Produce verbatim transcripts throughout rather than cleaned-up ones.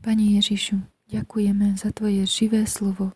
Pane Ježišu, ďakujeme za Tvoje živé slovo.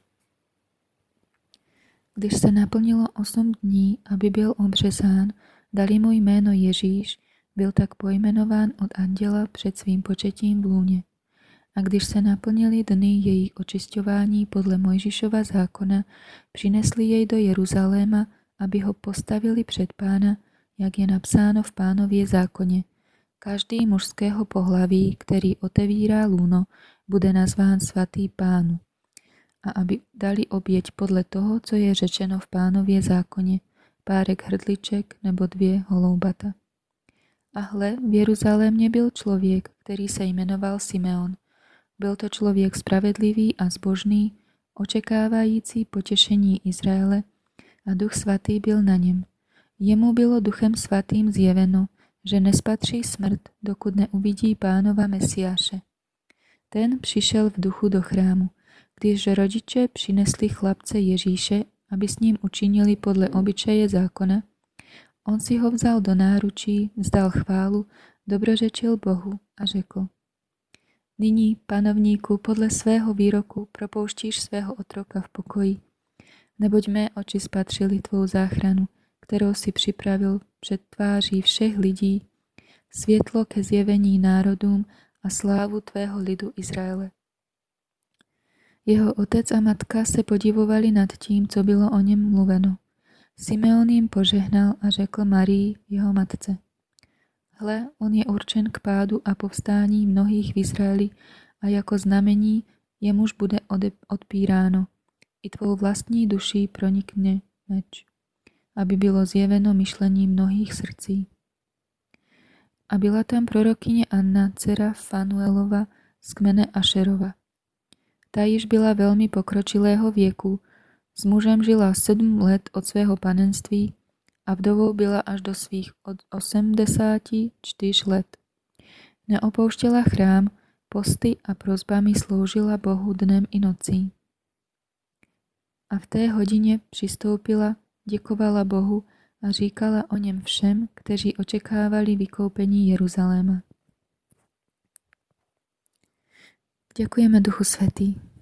Když se naplnilo osm dní, aby byl obřezán, dali mu jméno Ježíš, byl tak pojmenován od anděla před svým početím v lůně. A když se naplnili dny jejich očišťování podle Mojžišova zákona, přinesli jej do Jeruzaléma, aby ho postavili před Pána, jak je napsáno v Pánově zákoně. Každý mužského pohlaví, který otevírá lůno, bude nazván svatý Pánu. A aby dali oběť podle toho, co je řečeno v Pánově zákoně, párek hrdliček nebo dvě holoubata. A hle, v Jeruzalémě byl člověk, který se jmenoval Simeon. Byl to člověk spravedlivý a zbožný, očekávající potěšení Izraele, a Duch Svatý byl na něm. Jemu bylo Duchem Svatým zjeveno, že nespatří smrt, dokud neuvidí Pánova Mesiáše. Ten přišel v duchu do chrámu, když rodiče přinesli chlapce Ježíše, aby s ním učinili podle obyčeje zákona. On si ho vzal do náručí, vzdal chválu, dobrořečil Bohu a řekl: Nyní, panovníku, podle svého výroku propouštíš svého otroka v pokoji, neboť mé oči spatřily tvou záchranu, kterou si připravil před tváří všech lidí, světlo ke zjevení národům a slávu tvého lidu Izraele. Jeho otec a matka se podivovali nad tím, co bylo o něm mluveno. Simeon jim požehnal a řekl Marii, jeho matce: Hle, on je určen k pádu a povstání mnohých v Izraeli a jako znamení jemuž bude odpíráno. I tvou vlastní duší pronikne meč, aby bylo zjeveno myšlení mnohých srdcí. A byla tam prorokyně Anna, dcera Fanuelova z kmene Ašerova. Ta již byla velmi pokročilého věku, s mužem žila sedm let od svého panenství a vdovou byla až do svých od osmdesáti čtyř let. Neopouštěla chrám, posty a prosbami sloužila Bohu dnem i nocí. A v té hodině přistoupila, děkovala Bohu a říkala o něm všem, kteří očekávali vykoupení Jeruzaléma. Děkujeme, Duchu Svatý.